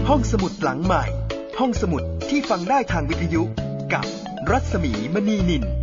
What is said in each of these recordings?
ห้องสมุดหลังใหม่ห้องสมุดที่ฟังได้ทางวิทยุกับรัศมีมณีนิน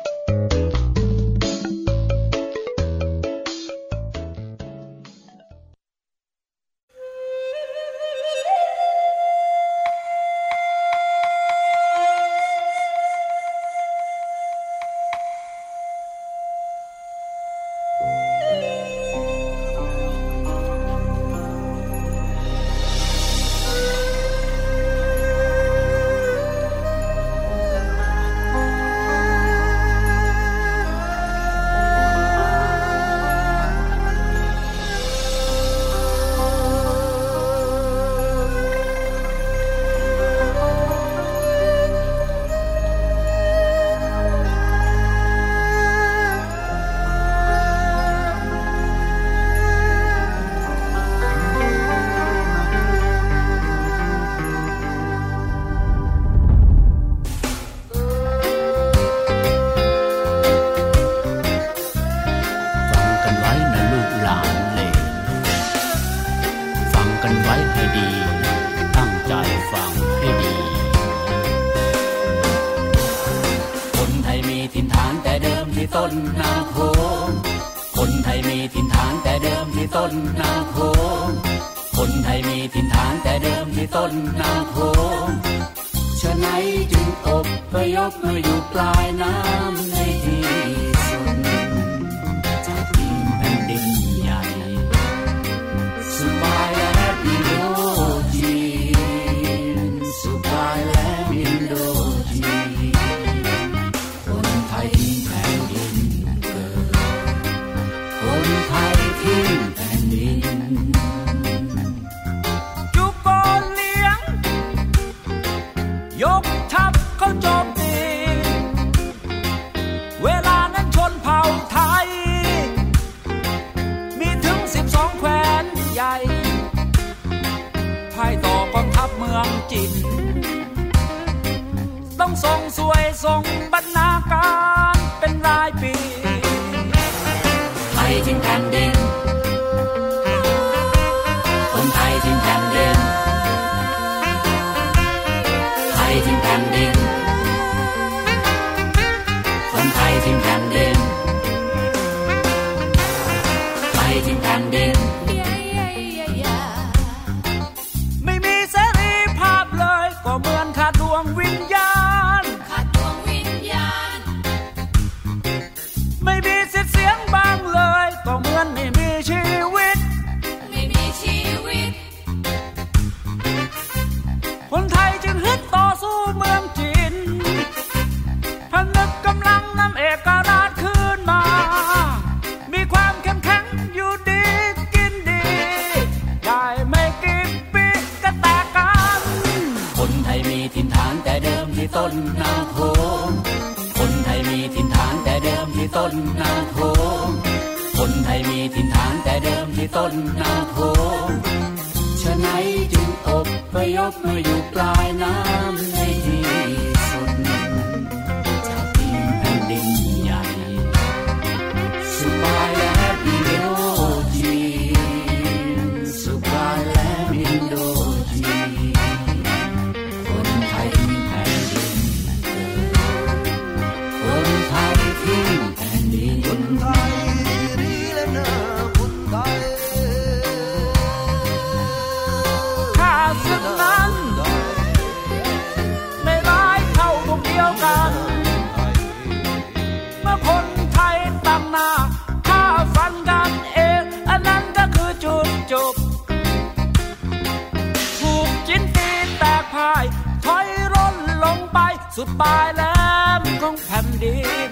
สุดปลายแหลมของแผ่นดิน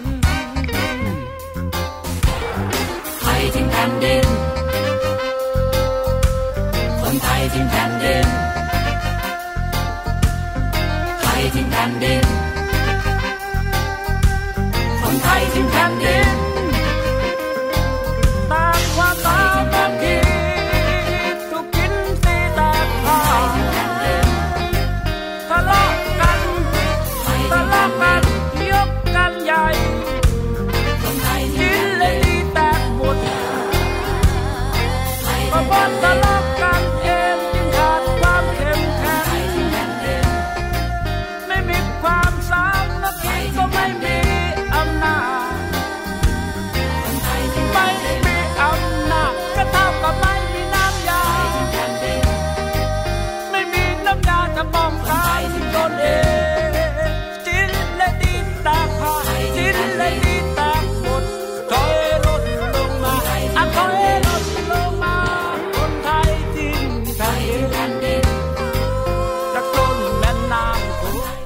ไทยทิ้งแผ่นดินคนไทยทิ้งแผ่นดินไทยทิ้งแผ่นดินคนไทยทิ้งแผ่นดินตามความตามแผ่นดินถูกกินตีแตกพายทะเลาะกันยกกันใหญ่กินเลยดีแตกหมดก็บนทะเลาะกันเองจึงขาดความเข้มแข็ง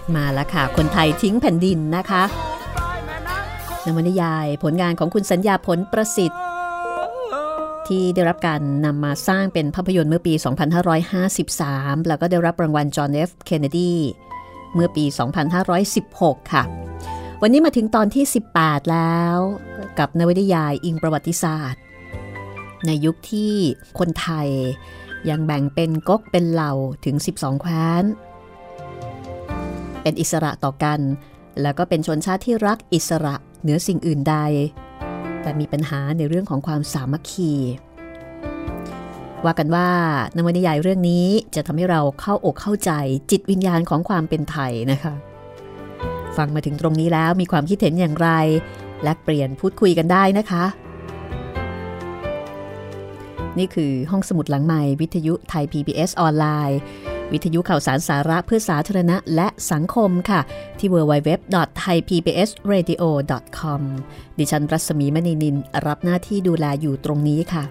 มาแล้วค่ะคนไทยทิ้งแผ่นดินนะคะนวนิยายผลงานของคุณสัญญาผลประสิทธิ์ที่ได้รับการนำมาสร้างเป็นภาพยนตร์เมื่อปี 2553 แล้วก็ได้รับรางวัลจอห์น F. เคนเนดีเมื่อปี 2516 ค่ะวันนี้มาถึงตอนที่ 18 แล้วกับนวนิยายอิงประวัติศาสตร์ในยุคที่คนไทยยังแบ่งเป็นก๊กเป็นเหล่าถึง 12 แคว้นเป็นอิสระต่อกันแล้วก็เป็นชนชาติที่รักอิสระเหนือสิ่งอื่นใดแต่มีปัญหาในเรื่องของความสามัคคีว่ากันว่านวนิยายเรื่องนี้จะทำให้เราเข้าอกเข้าใจจิตวิญญาณของความเป็นไทยนะคะฟังมาถึงตรงนี้แล้วมีความคิดเห็นอย่างไรแลกเปลี่ยนพูดคุยกันได้นะคะนี่คือห้องสมุดหลังใหม่วิทยุไทย PBS ออนไลน์วิทยุข่าวสารสาระเพื่อสาธารณะและสังคมค่ะที่ www.thaipbsradio.com ดิฉันรัศมีมณีนินรับหน้าที่ดูแลอยู่ตรงนี้ค่ะ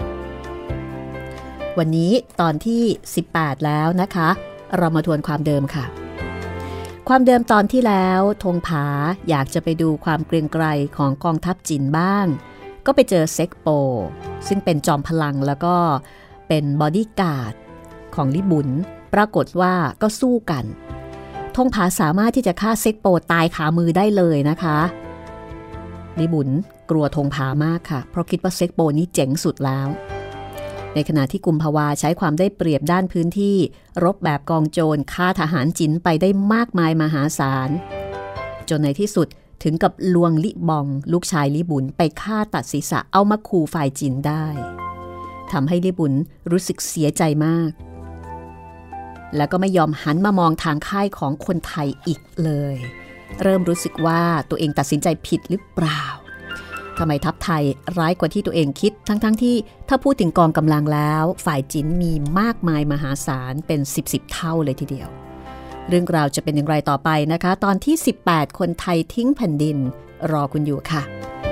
วันนี้ตอนที่ 18 แล้วนะคะเรามาทวนความเดิมค่ะความเดิมตอนที่แล้วธงผาอยากจะไปดูความเกรียงไกรของกองทัพจีนบ้างก็ไปเจอเซ็กโปซึ่งเป็นจอมพลังแล้วก็เป็นบอดี้การ์ดของลิบุนปรากฏว่าก็สู้กันธงผาสามารถที่จะฆ่าเซ็กโปตายขามือได้เลยนะคะลิบุนกลัวธงผามากค่ะเพราะคิดว่าเซ็กโปนี้เจ๋งสุดแล้วในขณะที่กุมภาวาใช้ความได้เปรียบด้านพื้นที่รบแบบกองโจรฆ่าทหารจีนไปได้มากมายมหาศาลจนในที่สุดถึงกับลวงลิบองลูกชายลิบุนไปฆ่าตัดศีรษะเอามาขู่ฝ่ายจีนได้ทำให้ลิบุนรู้สึกเสียใจมากแล้วก็ไม่ยอมหันมามองทางค่ายของคนไทยอีกเลยเริ่มรู้สึกว่าตัวเองตัดสินใจผิดหรือเปล่าทำไมทัพไทยร้ายกว่าที่ตัวเองคิดทั้งที่ถ้าพูดถึงกองกำลังแล้วฝ่ายจีนมีมากมายมหาศาลเป็น10 เท่าเลยทีเดียวเรื่องราวจะเป็นอย่างไรต่อไปนะคะตอนที่ 18 คนไทยทิ้งแผ่นดินรอคุณอยู่ค่ะ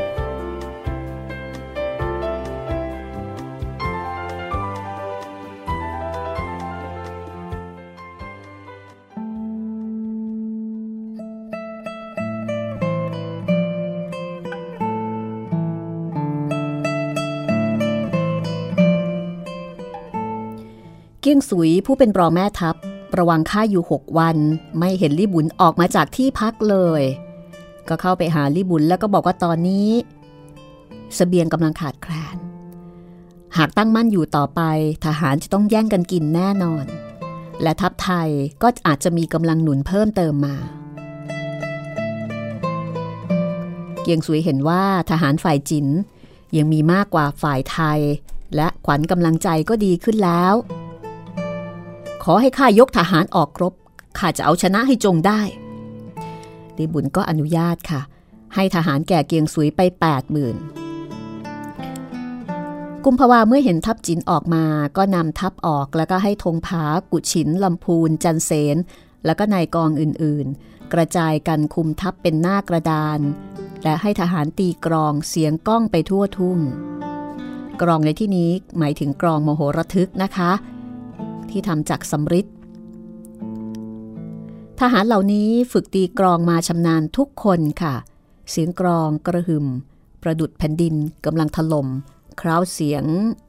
เกี้ยงสุยผู้เป็นรองแม่ทัพระวังข้าอยู่6 วันไม่เห็นลี่บุญออกมาจากที่พักเลยก็เข้าไปหาลี่บุญแล้วก็บอกว่าตอนนี้เสบียงกำลังขาดแคลนหากตั้งมั่นอยู่ต่อไปทหารจะต้องแย่งกันกินแน่นอนและทัพไทยก็อาจจะมีกำลังหนุนเพิ่มเติมมาเกียงสุยเห็นว่าทหารฝ่ายจีนยังมีมากกว่าฝ่ายไทยและขวัญกำลังใจก็ดีขึ้นแล้วขอให้ข้ายกทหารออกรบข้าจะเอาชนะให้จงได้ลีบุญก็อนุญาตค่ะให้ทหารแก่เกียงสุยไป 80,000 กุมภาวาเมื่อเห็นทัพจีนออกมาก็นำทัพออกแล้วก็ให้ธงผากุฉินลำพูนจันเสนแล้วก็นายกองอื่นๆกระจายกันคุมทัพเป็นหน้ากระดานและให้ทหารตีกรองเสียงก้องไปทั่วทุ่งกรองในที่นี้หมายถึงกรองมโหระทึกนะคะที่ทำจากสำริดทหารเหล่านี้ฝึกตีกรองมาชำนาญทุกคนค่ะเสียงกรองกระหึ่มประดุจแผ่นดินกำลังถล่มคราวเสียง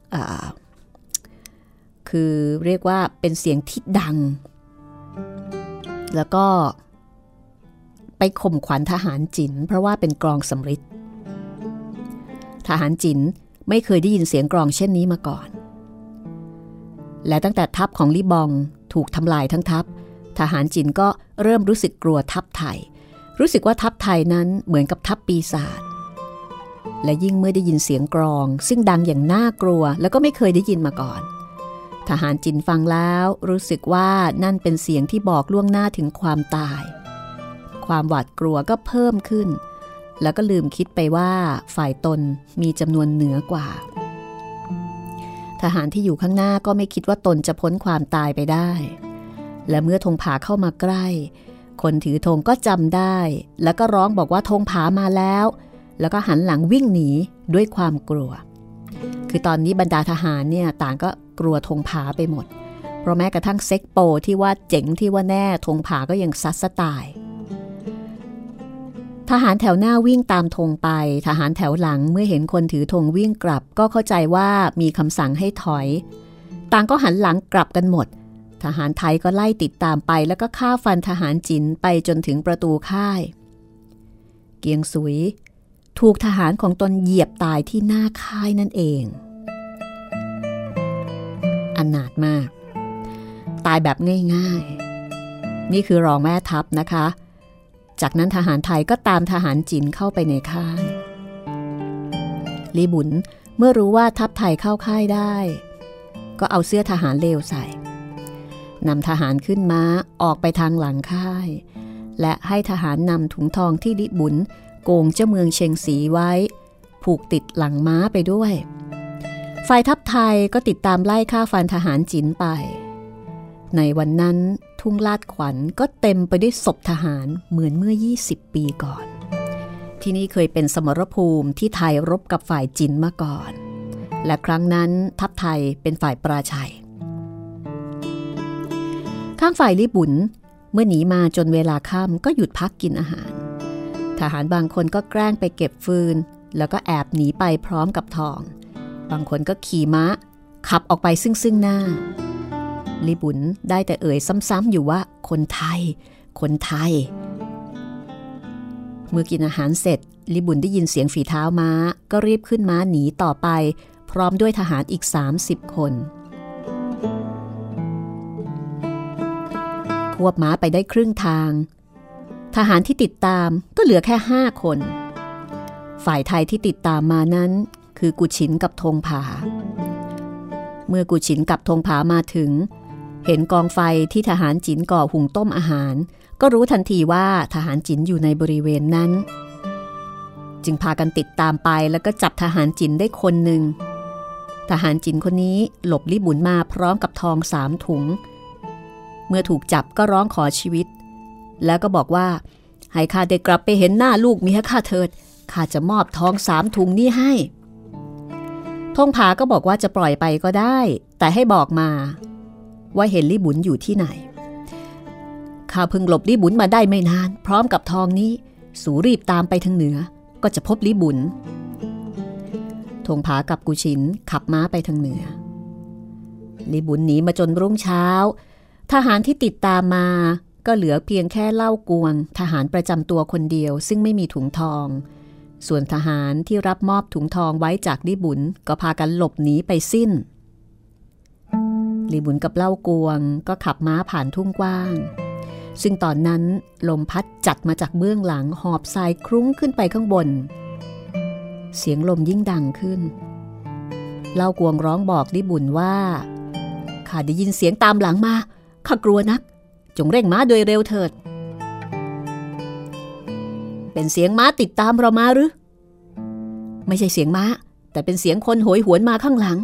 คือเรียกว่าเป็นเสียงที่ดังแล้วก็ไปข่มขวัญทหารจีนเพราะว่าเป็นกรองสำริดทหารจีนไม่เคยได้ยินเสียงกรองเช่นนี้มาก่อนและตั้งแต่ทัพของลี่บองถูกทำลายทั้งทัพทหารจีนก็เริ่มรู้สึกกลัวทัพไทยรู้สึกว่าทัพไทยนั้นเหมือนกับทัพปีศาจและยิ่งเมื่อได้ยินเสียงกรองซึ่งดังอย่างน่ากลัวแล้วก็ไม่เคยได้ยินมาก่อนทหารจีนฟังแล้วรู้สึกว่านั่นเป็นเสียงที่บอกล่วงหน้าถึงความตายความหวาดกลัวก็เพิ่มขึ้นแล้วก็ลืมคิดไปว่าฝ่ายตนมีจำนวนเหนือกว่าทหารที่อยู่ข้างหน้าก็ไม่คิดว่าตนจะพ้นความตายไปได้และเมื่อธงผาเข้ามาใกล้คนถือธงก็จำได้แล้วก็ร้องบอกว่าธงผามาแล้วแล้วก็หันหลังวิ่งหนีด้วยความกลัวคือตอนนี้บรรดาทหารเนี่ยต่างก็กลัวธงผาไปหมดเพราะแม้กระทั่งเซ็กโปที่ว่าเจ๋งที่ว่าแน่ธงผาก็ยังซัดซะตายทหารแถวหน้าวิ่งตามธงไปทหารแถวหลังเมื่อเห็นคนถือธงวิ่งกลับก็เข้าใจว่ามีคำสั่งให้ถอยต่างก็หันหลังกลับกันหมดทหารไทยก็ไล่ติดตามไปแล้วก็ฆ่าฟันทหารจีนไปจนถึงประตูค่ายเกียงสุยถูกทหารของตนเหยียบตายที่หน้าค่ายนั่นเองอนาถมากตายแบบง่ายๆนี่คือรองแม่ทัพนะคะจากนั้นทหารไทยก็ตามทหารจีนเข้าไปในค่ายลีบุญเมื่อรู้ว่าทัพไทยเข้าค่ายได้ก็เอาเสื้อทหารเลวใส่นำทหารขึ้นม้าออกไปทางหลังค่ายและให้ทหารนำถุงทองที่ลิบุญโกงเจ้าเมืองเชียงศรีไว้ผูกติดหลังม้าไปด้วยฝ่ายทัพไทยก็ติดตามไล่ฆ่าฟันทหารจีนไปในวันนั้นทุ่งลาดขวัญก็เต็มไปด้วยศพทหารเหมือนเมื่อ20ปีก่อนที่นี่เคยเป็นสมรภูมิที่ไทยรบกับฝ่ายจีนมาก่อนและครั้งนั้นทัพไทยเป็นฝ่ายปราชัยข้างฝ่ายลิบุญเมื่อหนีมาจนเวลาค่ำก็หยุดพักกินอาหารทหารบางคนก็แกล้งไปเก็บฟืนแล้วก็แอบหนีไปพร้อมกับทองบางคนก็ขี่ม้าขับออกไปซึ่งหน้าลิบุญได้แต่เอ่ยซ้ำๆอยู่ว่าคนไทยคนไทยเมื่อกินอาหารเสร็จลิบุญได้ยินเสียงฝีเท้าม้าก็รีบขึ้นม้าหนีต่อไปพร้อมด้วยทหารอีก30 คนควบม้าไปได้ครึ่งทางทหารที่ติดตามก็เหลือแค่5 คนฝ่ายไทยที่ติดตามมานั้นคือกุฉินกับธงผาเมื่อกุฉินกับธงผามาถึงเห็นกองไฟที่ทหารจีนก่อหุงต้มอาหารก็รู้ทันทีว่าทหารจีนอยู่ในบริเวณนั้นจึงพากันติดตามไปแล้วก็จับทหารจีนได้คนหนึ่งทหารจีนคนนี้หลบลิบุญมาพร้อมกับทอง3 ถุงเมื่อถูกจับก็ร้องขอชีวิตแล้วก็บอกว่าให้ข้าได้กลับไปเห็นหน้าลูกเมียข้าเถิดข้าจะมอบทอง3 ถุงนี้ให้ธงผาก็บอกว่าจะปล่อยไปก็ได้แต่ให้บอกมาว่าเห็นลิบุญอยู่ที่ไหนข้าเพิ่งหลบลิบุญมาได้ไม่นานพร้อมกับทองนี้สู่รีบตามไปทางเหนือก็จะพบลิบุญธงผากับกุฉินขับม้าไปทางเหนือลิบุญหนีมาจนรุ่งเช้าทหารที่ติดตามมาก็เหลือเพียงแค่เล่ากวงทหารประจำตัวคนเดียวซึ่งไม่มีถุงทองส่วนทหารที่รับมอบถุงทองไว้จากลิบุญก็พากันหลบหนีไปสิ้นลิบุญกับเล่ากวงก็ขับม้าผ่านทุ่งกว้างซึ่งตอนนั้นลมพัดจัดมาจากเบื้องหลังหอบทรายคลุ้งขึ้นไปข้างบนเสียงลมยิ่งดังขึ้นเล่ากวงร้องบอกลิบุญว่าข้าได้ยินเสียงตามหลังมาข้ากลัวนักจงเร่งม้าโดยเร็วเถิดเป็นเสียงม้าติดตามเรามาหรือไม่ใช่เสียงม้าแต่เป็นเสียงคนโหยหวนมาข้างหลัง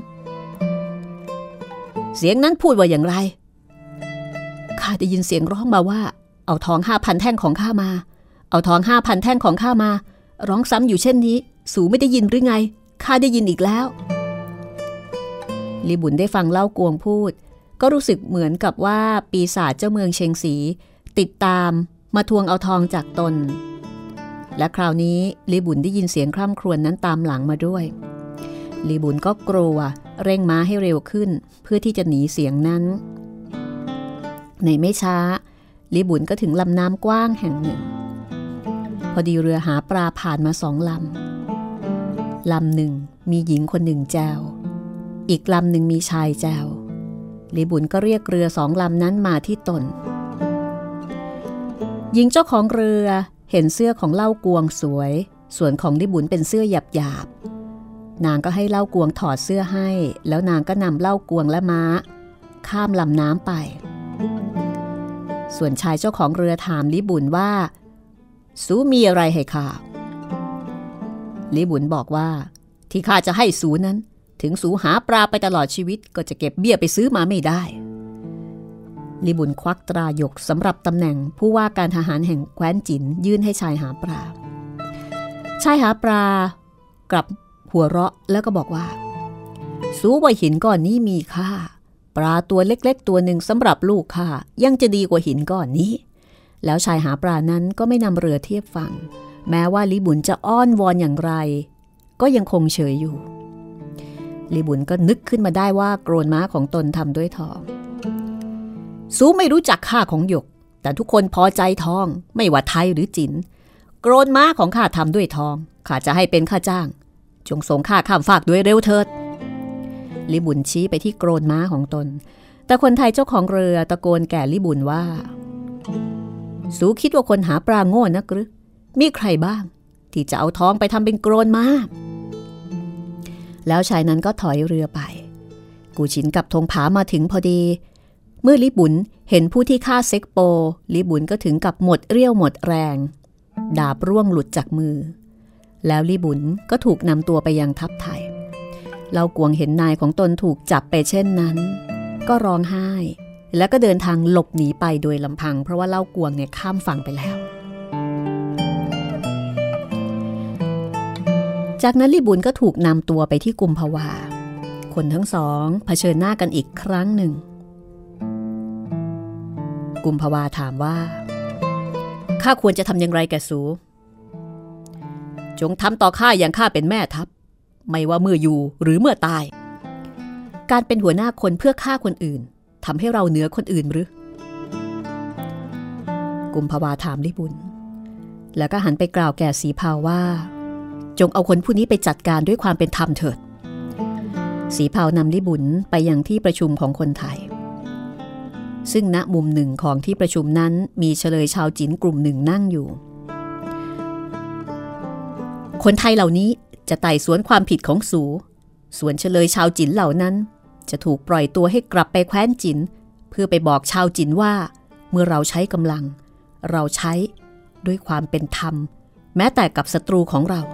เสียงนั้นพูดว่าอย่างไรข้าได้ยินเสียงร้องมาว่าเอาทอง 5,000 แท่งของข้ามาเอาทอง 5,000 แท่งของข้ามาร้องซ้ำอยู่เช่นนี้สู่ไม่ได้ยินหรือไงข้าได้ยินอีกแล้วลิบุญได้ฟังเล่ากวงพูดก็รู้สึกเหมือนกับว่าปีศาจเจ้าเมืองเชียงศรีติดตามมาทวงเอาทองจากตนและคราวนี้ลิบุญได้ยินเสียงคร่ำครวญนั้นตามหลังมาด้วยลิบุญก็กลัวเร่งม้าให้เร็วขึ้นเพื่อที่จะหนีเสียงนั้นในไม่ช้าลิบุญก็ถึงลำน้ำกว้างแห่งหนึ่งพอดีเรือหาปลาผ่านมา2 ลำหนึ่งมีหญิงคนหนึ่งแจวอีกลำหนึ่งมีชายแจวลิบุญก็เรียกเรือ2 ลำนั้นมาที่ตนหญิงเจ้าของเรือเห็นเสื้อของเล่ากวงสวยส่วนของลิบุญเป็นเสื้อหยาบๆนางก็ให้เล่ากวงถอดเสื้อให้แล้วนางก็นำเล่ากวงและม้าข้ามลำน้ำไปส่วนชายเจ้าของเรือถามลิบุญว่าสูมีอะไรให้ข้าลิบุญบอกว่าที่ข้าจะให้สูนั้นถึงสูหาปลาไปตลอดชีวิตก็จะเก็บเบี้ยไปซื้อมาไม่ได้ลิบุญควักตราหยกสำหรับตำแหน่งผู้ว่าการทหารแห่งแคว้นจิ๋นยื่นให้ชายหาปลาชายหาปลากลับหัวเราะแล้วก็บอกว่าสูว่าหินก้อนนี้มีค่าปลาตัวเล็กๆตัวหนึ่งสำหรับลูกข้ายังจะดีกว่าหินก้อนนี้แล้วชายหาปลานั้นก็ไม่นำเรือเทียบฝั่งแม้ว่าลิบุนจะอ้อนวอนอย่างไรก็ยังคงเฉยอยู่ลิบุนก็นึกขึ้นมาได้ว่าโกรนม้าของตนทำด้วยทองซูไม่รู้จักค่าของหยกแต่ทุกคนพอใจทองไม่ว่าไทยหรือจินโกรนม้าของข้าทำด้วยทองข้าจะให้เป็นค่าจ้างจงส่งข้าข้ามฟากด้วยเร็วเถิดลิบุนชี้ไปที่โกรนม้าของตนแต่คนไทยเจ้าของเรือตะโกนแก่ลิบุนว่าซูคิดว่าคนหาปลาโง่นักหรือมีใครบ้างที่จะเอาทองไปทำเป็นโกรนม้าแล้วชายนั้นก็ถอยเรือไปกูชินกับธงผามาถึงพอดีเมื่อลิบุนเห็นผู้ที่ฆ่าเซ็กโปลิบุนก็ถึงกับหมดเรี่ยวหมดแรงดาบร่วงหลุดจากมือแล้วลิบุนก็ถูกนำตัวไปยังทัพไทยเล่ากวงเห็นนายของตนถูกจับไปเช่นนั้นก็ร้องไห้แล้วก็เดินทางหลบหนีไปโดยลำพังเพราะว่าเล่ากวงเนี่ยข้ามฝั่งไปแล้วจากนั้นลิบุนก็ถูกนำตัวไปที่กุมภาวาคนทั้งสองเผชิญหน้ากันอีกครั้งหนึ่งกุมภาวาถามว่าข้าควรจะทำอย่างไรแก่สูจงทำต่อข้าอย่างข้าเป็นแม่ทัพไม่ว่าเมื่ออยู่หรือเมื่อตายการเป็นหัวหน้าคนเพื่อฆ่าคนอื่นทำให้เราเหนือคนอื่นหรือกุมภาวาถามลิบุนแล้วก็หันไปกล่าวแก่สีภาวว่าจงเอาคนผู้นี้ไปจัดการด้วยความเป็นธรรมเถิดสีภาวนำลิบุนไปยังที่ประชุมของคนไทยซึ่งณมุมหนึ่งของที่ประชุมนั้นมีเฉลยชาวจีนกลุ่มหนึ่งนั่งอยู่คนไทยเหล่านี้จะไต่สวนความผิดของสูส่วนเฉลยชาวจีนเหล่านั้นจะถูกปล่อยตัวให้กลับไปแคว้นจีนเพื่อไปบอกชาวจีนว่าเมื่อเราใช้กำลังเราใช้ด้วยความเป็นธรรมแม้แต่กับศัตรูของเรา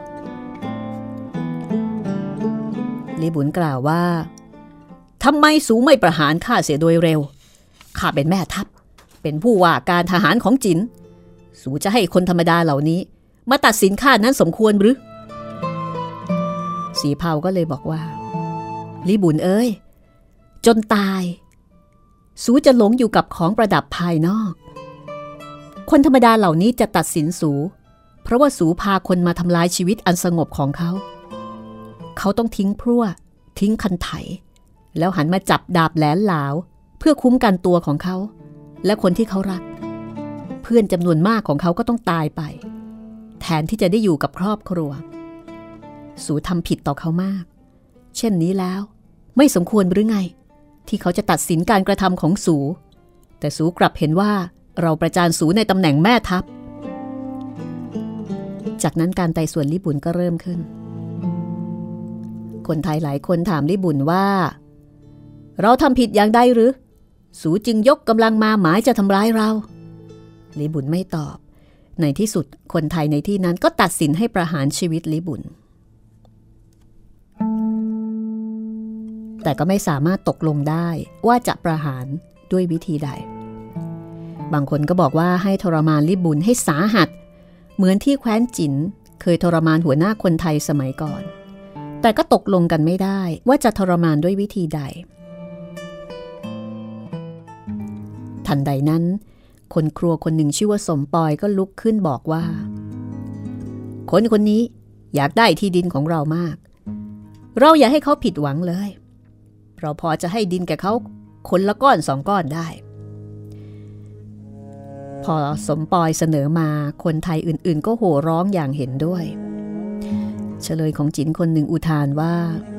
ลิบุนกล่าวว่าทำไมสูไม่ประหารข้าเสียโดยเร็วข้าเป็นแม่ทัพเป็นผู้ว่าการทหารของจีนสูจะให้คนธรรมดาเหล่านี้มาตัดสินข้านั้นสมควรหรือสีเผาก็เลยบอกว่าลิบุนเอ้ยจนตายสูจะหลงอยู่กับของประดับภายนอกคนธรรมดาเหล่านี้จะตัดสินสูเพราะว่าสูพาคนมาทำลายชีวิตอันสงบของเขาต้องทิ้งพลั่วทิ้งคันไถแล้วหันมาจับดาบแหลมหลาวเพื่อคุ้มกันตัวของเขาและคนที่เขารักเพื่อนจำนวนมากของเขาก็ต้องตายไปแทนที่จะได้อยู่กับครอบครัวสูทำผิดต่อเขามากเช่นนี้แล้วไม่สมควรหรือไงที่เขาจะตัดสินการกระทำของสูแต่สูกลับเห็นว่าเราประจานสูในตำแหน่งแม่ทัพจากนั้นการไต่สวนลิบุนก็เริ่มขึ้นคนไทยหลายคนถามลิบุนว่าเราทำผิดอย่างใดหรือสูจึงยกกำลังมาหมายจะทำร้ายเราลิบุนไม่ตอบในที่สุดคนไทยในที่นั้นก็ตัดสินให้ประหารชีวิตลิบุนแต่ก็ไม่สามารถตกลงได้ว่าจะประหารด้วยวิธีใดบางคนก็บอกว่าให้ทรมานลิบุนให้สาหัสเหมือนที่แคว้นจินเคยทรมานหัวหน้าคนไทยสมัยก่อนแต่ก็ตกลงกันไม่ได้ว่าจะทรมานด้วยวิธีใดทันใดนั้นคนครัวคนหนึ่งชื่อว่าสมปอยก็ลุกขึ้นบอกว่าคนนี้อยากได้ที่ดินของเรามากเราอย่าให้เขาผิดหวังเลยเราพอจะให้ดินแก่เขาคนละก้อน2 ก้อนได้พอสมปอยเสนอมาคนไทยอื่นๆก็โห่ร้องอย่างเห็นด้วยเฉลยของจินคนหนึ่งอุทานว่า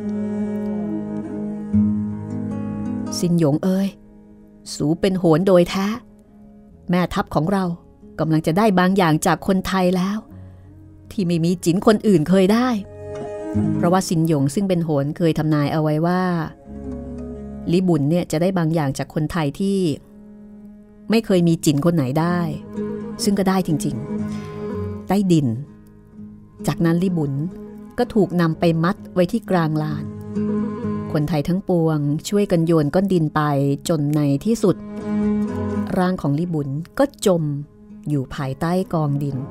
ซินหยงเอ้ยสูเป็นโหนโดยแท้แม่ทัพของเรากำลังจะได้บางอย่างจากคนไทยแล้วที่ไม่มีจินคนอื่นเคยได้เพราะว่าซินหยงซึ่งเป็นโหนเคยทำนายเอาไว้ว่าลิบุนเนี่ยจะได้บางอย่างจากคนไทยที่ไม่เคยมีจินคนไหนได้ซึ่งก็ได้จริงๆได้ดินจากนั้นลิบุนก็ถูกนำไปมัดไว้ที่กลางลานคนไทยทั้งปวงช่วยกันโยนก้อนดินไปจนในที่สุดร่างของลิบุนก็จมอยู่ภายใต้กองดิน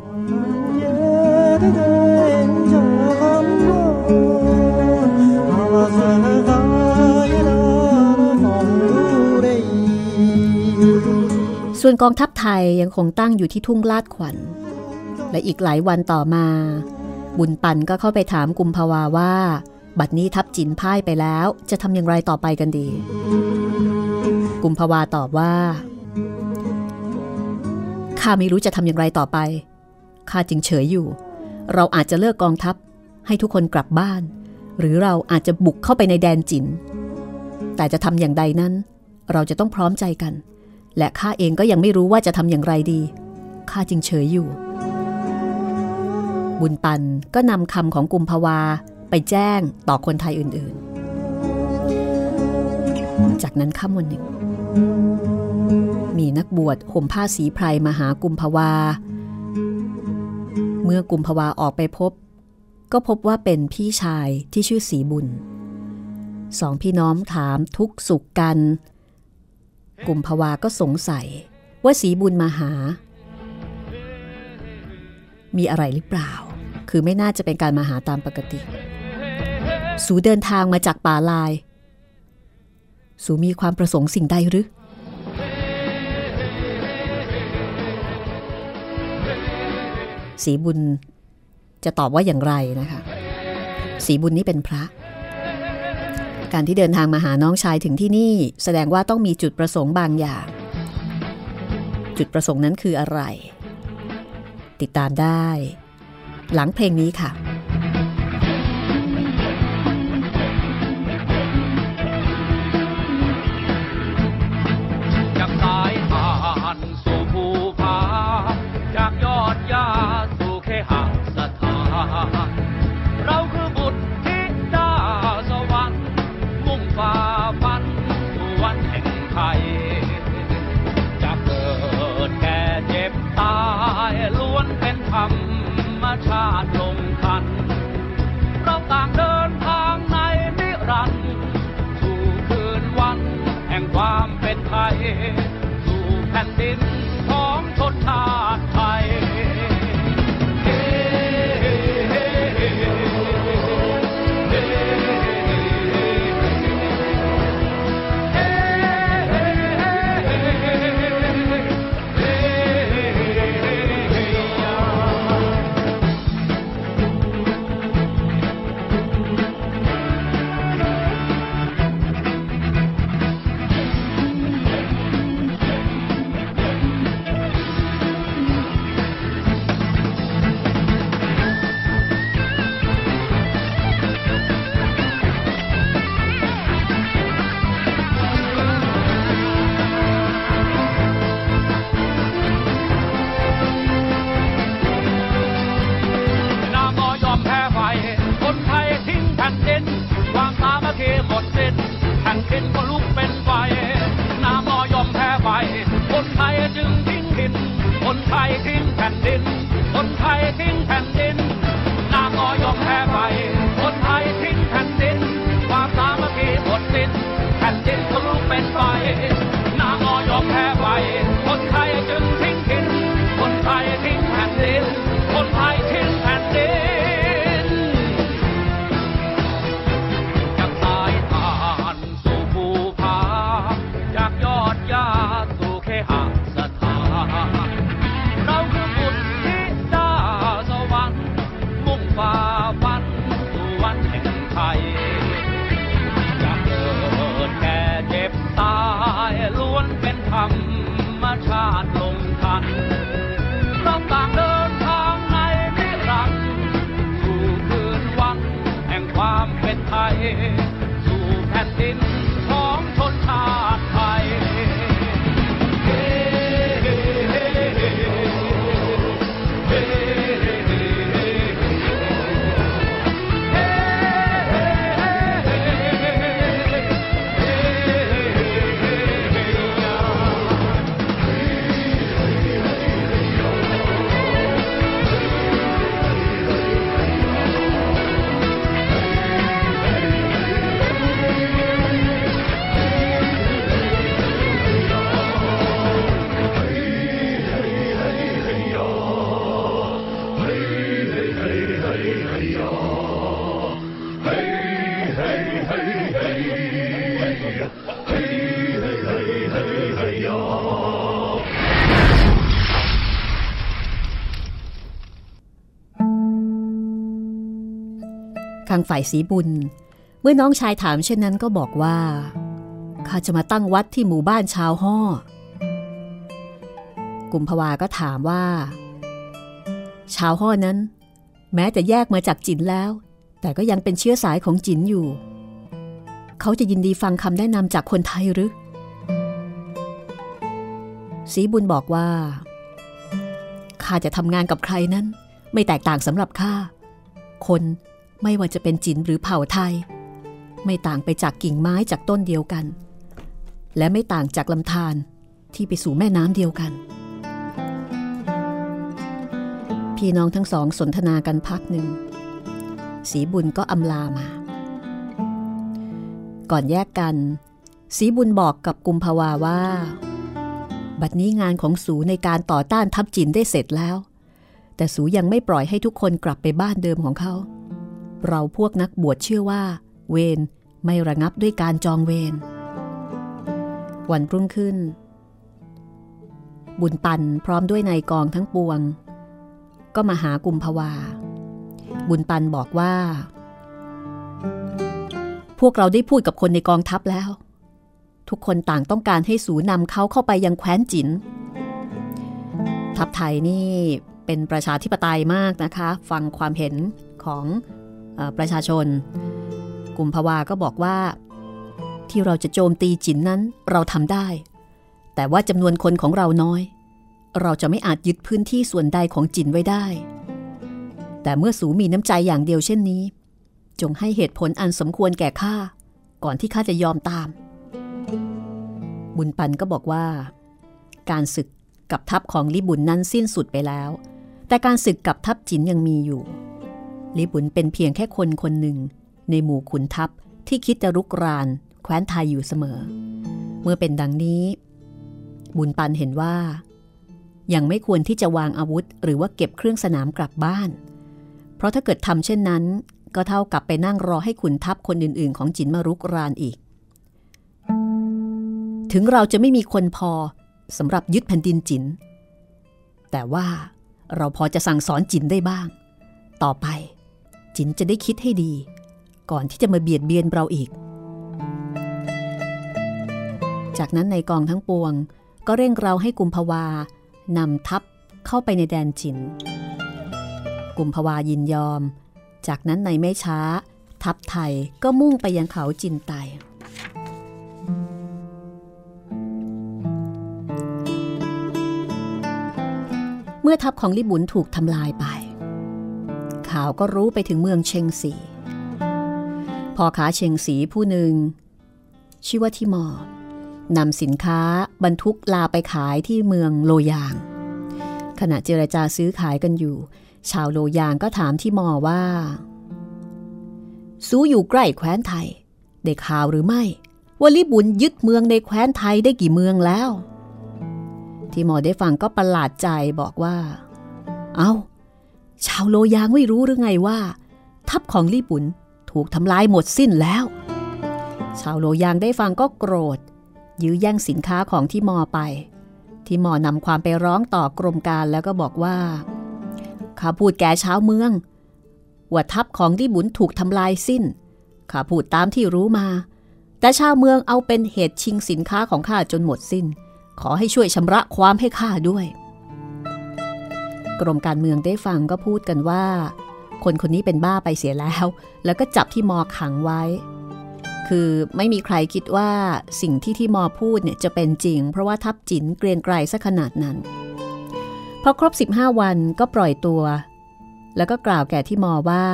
Hava sönük aylar, ส่วนกองทัพไทยยังคงตั้งอยู่ที่ทุ่งลาดขวัญและอีกหลายวันต่อมาบุญปันก็เข้าไปถามกุมภาวาว่าบัดนี้ทัพจีนพ่ายไปแล้วจะทำอย่างไรต่อไปกันดีกุมภาวาตอบว่าข้าไม่รู้จะทำอย่างไรต่อไปข้าจึงเฉยอยู่เราอาจจะเลิกกองทัพให้ทุกคนกลับบ้านหรือเราอาจจะบุกเข้าไปในแดนจีนแต่จะทำอย่างใดนั้นเราจะต้องพร้อมใจกันและข้าเองก็ยังไม่รู้ว่าจะทำอย่างไรดีข้าจึงเฉยอยู่บุญปันก็นำคำของกุมภาวาไปแจ้งต่อคนไทยอื่นๆจากนั้นค่ำวันหนึ่งมีนักบวชห่มผ้าสีไพรมาหากุมภาวาเมื่อกุมภาวาออกไปพบก็พบว่าเป็นพี่ชายที่ชื่อศรีบุญสองพี่น้องถามทุกข์สุขกันกุมภาวาก็สงสัยว่าศรีบุญมาหามีอะไรหรือเปล่าคือไม่น่าจะเป็นการมาหาตามปกติสูเดินทางมาจากป่าลายสูมีความประสงค์สิ่งใดหรือศรีบุญจะตอบว่าอย่างไรนะคะศรีบุญนี่เป็นพระการที่เดินทางมาหาน้องชายถึงที่นี่แสดงว่าต้องมีจุดประสงค์บางอย่างจุดประสงค์นั้นคืออะไรติดตามได้หลังเพลงนี้ค่ะจากสายทานสู่ภูผาจากยอดหญ้าสู่เคหสถานเราคือบุตรธิดาสวรรค์มุ่งฝ่าฟันสู่วันแห่งไทยจะเกิดแก่เจ็บตายล้วนเป็นธรรมชาติลงทันเราต่างเดินทางในนิรันดร์สู่คืนวันแห่งความเป็นไทยสู่แผ่นดินของชนชาติไทยลทางฝ่ายศรีบุญเมื่อน้องชายถามเช่นนั้นก็บอกว่าข้าจะมาตั้งวัดที่หมู่บ้านชาวฮ้อกุมภาวาก็ถามว่าชาวฮ้อนั้นแม้จะแยกมาจากจินแล้วแต่ก็ยังเป็นเชื้อสายของจินอยู่เขาจะยินดีฟังคำแนะนำจากคนไทยหรือศรีบุญบอกว่าข้าจะทำงานกับใครนั้นไม่แตกต่างสำหรับข้าคนไม่ว่าจะเป็นจินหรือเผ่าไทยไม่ต่างไปจากกิ่งไม้จากต้นเดียวกันและไม่ต่างจากลำธารที่ไปสู่แม่น้ำเดียวกันพี่น้องทั้งสองสนทนากันพักหนึ่งศรีบุญก็อำลามาก่อนแยกกันศรีบุญบอกกับกุมภาวาว่าบัดนี้งานของสูในการต่อต้านทัพจีนได้เสร็จแล้วแต่สูยังไม่ปล่อยให้ทุกคนกลับไปบ้านเดิมของเขาเราพวกนักบวชเชื่อว่าเวรไม่ระงับด้วยการจองเวรวันรุ่งขึ้นบุญปันพร้อมด้วยนายกองทั้งปวงก็มาหากุมภาวาบุญปันบอกว่าพวกเราได้พูดกับคนในกองทัพแล้วทุกคนต่างต้องการให้สูนำเขาเข้าไปยังแคว้นจินทัพไทยนี่เป็นประชาธิปไตยมากนะคะฟังความเห็นของประชาชนกุมภาวาก็บอกว่าที่เราจะโจมตีจินนั้นเราทำได้แต่ว่าจำนวนคนของเราน้อยเราจะไม่อาจยึดพื้นที่ส่วนใดของจินไว้ได้แต่เมื่อสูมีน้ำใจอย่างเดียวเช่นนี้จงให้เหตุผลอันสมควรแก่ข้าก่อนที่ข้าจะยอมตามบุญปันก็บอกว่าการศึกกับทัพของลิบุญนั้นสิ้นสุดไปแล้วแต่การศึกกับทัพจินยังมีอยู่ลิบุญเป็นเพียงแค่คนคนหนึ่งในหมู่ขุนทัพที่คิดจะรุกรานแคว้นไทยอยู่เสมอเมื่อเป็นดังนี้บุญปันเห็นว่ายังไม่ควรที่จะวางอาวุธหรือว่าเก็บเครื่องสนามกลับบ้านเพราะถ้าเกิดทำเช่นนั้นก็เท่ากับไปนั่งรอให้ขุนทัพคนอื่นๆของจินมารุกรานอีกถึงเราจะไม่มีคนพอสำหรับยึดแผ่นดินจินแต่ว่าเราพอจะสั่งสอนจินได้บ้างต่อไปจินจะได้คิดให้ดีก่อนที่จะมาเบียดเบียนเราอีกจากนั้นในกองทั้งปวงก็เร่งเร้าให้กุมภาวานำทัพเข้าไปในแดนจินกุมภาวายินยอมจากนั้นในไม่ช้าทัพไทยก็มุ่งไปยังเขาจินไตเมื่อทัพของลิบุญถูกทำลายไปข่าวก็รู้ไปถึงเมืองเชงสีพ่อค้าเชงสีผู้หนึ่งชื่อว่าทิมอร์นำสินค้าบรรทุกลาไปขายที่เมืองโลยางขณะเจรจาซื้อขายกันอยู่ชาวโลยางก็ถามทิมอร์ว่าซูอยู่ใกล้แคว้นไทยได้ข่าวหรือไม่ว่าลิบุญยึดเมืองในแคว้นไทยได้กี่เมืองแล้วทิมอร์ได้ฟังก็ประหลาดใจบอกว่าเอ้าชาวโลยางไม่รู้หรือไงว่าทัพของลิบุญถูกทำลายหมดสิ้นแล้วชาวโลยางได้ฟังก็โกรธยื้อแย่งสินค้าของทิมอร์ไปทิมอร์นำความไปร้องต่อกรมการแล้วก็บอกว่าข้าพูดแก่ชาวเมืองว่าทัพของลิบุญถูกทำลายสิ้นข้าพูดตามที่รู้มาแต่ชาวเมืองเอาเป็นเหตุชิงสินค้าของข้าจนหมดสิ้นขอให้ช่วยชำระความให้ข้าด้วยกรมการเมืองได้ฟังก็พูดกันว่าคนคนนี้เป็นบ้าไปเสียแล้วก็จับที่มอขังไว้คือไม่มีใครคิดว่าสิ่งที่มอพูดเนี่ยจะเป็นจริงเพราะว่าทัพจินเกรียงไกรซะขนาดนั้นพอครบ15วันก็ปล่อยตัวแล้วก็กล่าวแก่ที่มอว่า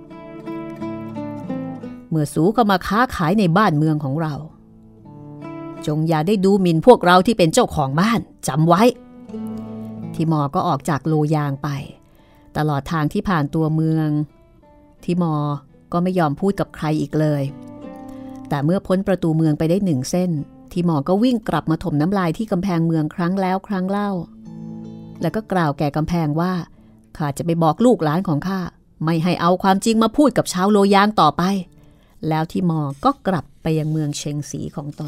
เมื่อสูก็มาค้าขายในบ้านเมืองของเราจงอย่าได้ดูหมิ่นพวกเราที่เป็นเจ้าของบ้านจำไว้ที่มอก็ออกจากโลยางไปตลอดทางที่ผ่านตัวเมืองที่มอก็ไม่ยอมพูดกับใครอีกเลยแต่เมื่อพ้นประตูเมืองไปได้1เส้นที่มอก็วิ่งกลับมาถมน้ำลายที่กำแพงเมืองครั้งแล้วครั้งเล่าแล้วก็กล่าวแก่กำแพงว่าข้าจะไปบอกลูกหลานของข้าไม่ให้เอาความจริงมาพูดกับชาวโลยางต่อไปแล้วที่มอก็กลับไปยังเมืองเชงสีของตน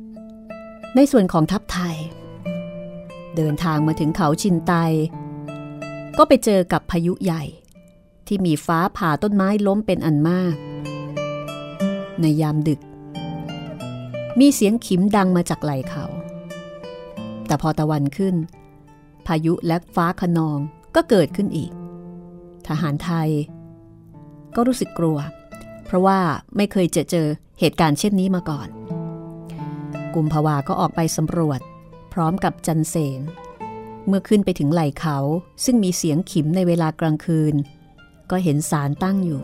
ในส่วนของทัพไทยเดินทางมาถึงเขาชินไตก็ไปเจอกับพายุใหญ่ที่มีฟ้าผ่าต้นไม้ล้มเป็นอันมากในยามดึกมีเสียงขิมดังมาจากไหล่เขาแต่พอตะวันขึ้นพายุและฟ้าคะนองก็เกิดขึ้นอีกทหารไทยก็รู้สึกกลัวเพราะว่าไม่เคยเจอเหตุการณ์เช่นนี้มาก่อนกุมภาวาก็ออกไปสำรวจพร้อมกับจันเสนเมื่อขึ้นไปถึงไหล่เขาซึ่งมีเสียงขิมในเวลากลางคืนก็เห็นศาลตั้งอยู่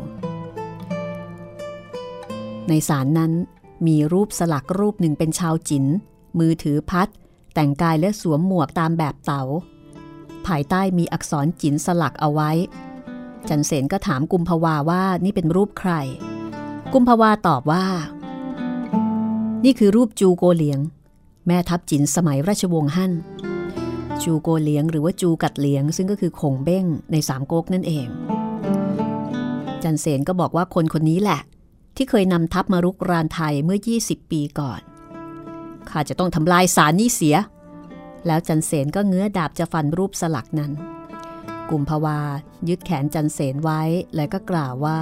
ในศาลนั้นมีรูปสลักรูปหนึ่งเป็นชาวจิ๋นมือถือพัดแต่งกายและสวมหมวกตามแบบเต๋าภายใต้มีอักษรจิ๋นสลักเอาไว้จันเสนก็ถามกุมภาวาว่านี่เป็นรูปใครกุมภาวาตอบว่านี่คือรูปจูโกเหลียงแม่ทัพจิ๋นสมัยราชวงศ์ฮั่นจูโกเหลียงหรือว่าจูกัดเหลียงซึ่งก็คือคงเบ้งในสามก๊กนั่นเองจันเสนก็บอกว่าคนคนนี้แหละที่เคยนำทัพมารุกรานไทยเมื่อ20 ปีก่อนข้าจะต้องทำลายศาลนี้เสียแล้วจันเสนก็เงื้อดาบจะฟันรูปสลักนั้นกุมภาวายึดแขนจันเสนไว้แล้วก็กล่าวว่า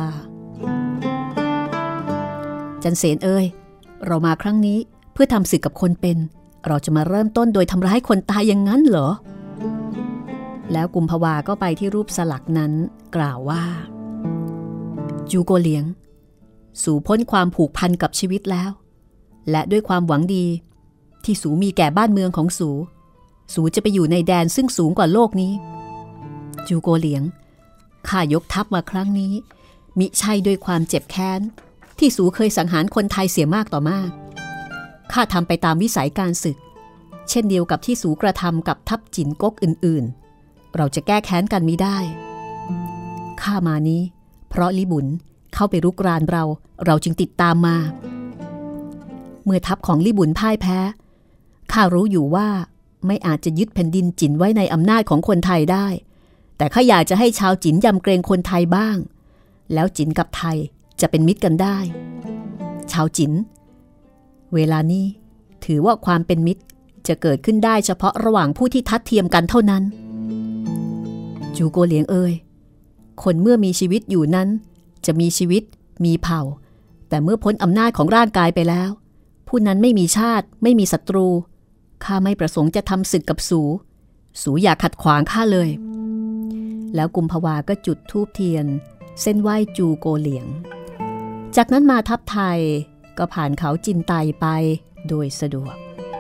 จันเสนเอ้ยเรามาครั้งนี้เพื่อทำศึกกับคนเป็นเราจะมาเริ่มต้นโดยทำร้ายคนตายอย่างนั้นเหรอแล้วกุมภาวาก็ไปที่รูปสลักนั้นกล่าวว่าจูโกเหลียงสู่พ้นความผูกพันกับชีวิตแล้วและด้วยความหวังดีที่สูมีแก่บ้านเมืองของสูจะไปอยู่ในแดนซึ่งสูงกว่าโลกนี้จูโกเหลียงข้ายกทัพมาครั้งนี้มิใช่ด้วยความเจ็บแค้นที่สูเคยสังหารคนไทยเสียมากต่อมากข้าทำไปตามวิสัยการศึกเช่นเดียวกับที่สูกระทำกับทัพจิ๋นก๊กอื่นๆเราจะแก้แค้นกันมิได้ข้ามานี้เพราะลิบุญเข้าไปรุกรานเราจึงติดตามมาเมื่อทัพของลิบุญพ่ายแพ้ข้ารู้อยู่ว่าไม่อาจจะยึดแผ่นดินจิ๋นไว้ในอำนาจของคนไทยได้แต่ข้าอยากจะให้ชาวจิ๋นยำเกรงคนไทยบ้างแล้วจิ๋นกับไทยจะเป็นมิตรกันได้ชาวจิ๋นเวลานี้ถือว่าความเป็นมิตรจะเกิดขึ้นได้เฉพาะระหว่างผู้ที่ทัดเทียมกันเท่านั้นจูโกเหลียงเอ่ยคนเมื่อมีชีวิตอยู่นั้นจะมีชีวิตมีเผ่าแต่เมื่อพ้นอำนาจของร่างกายไปแล้วผู้นั้นไม่มีชาติไม่มีศัตรูข้าไม่ประสงค์จะทำศึกกับสูอย่าขัดขวางข้าเลยแล้วกุมภาวาก็จุดธูปเทียนเส้นไหว้จูโกเหลียงจากนั้นมาทัพไทยก็ผ่านเขาจินไตไปโดยสะดวก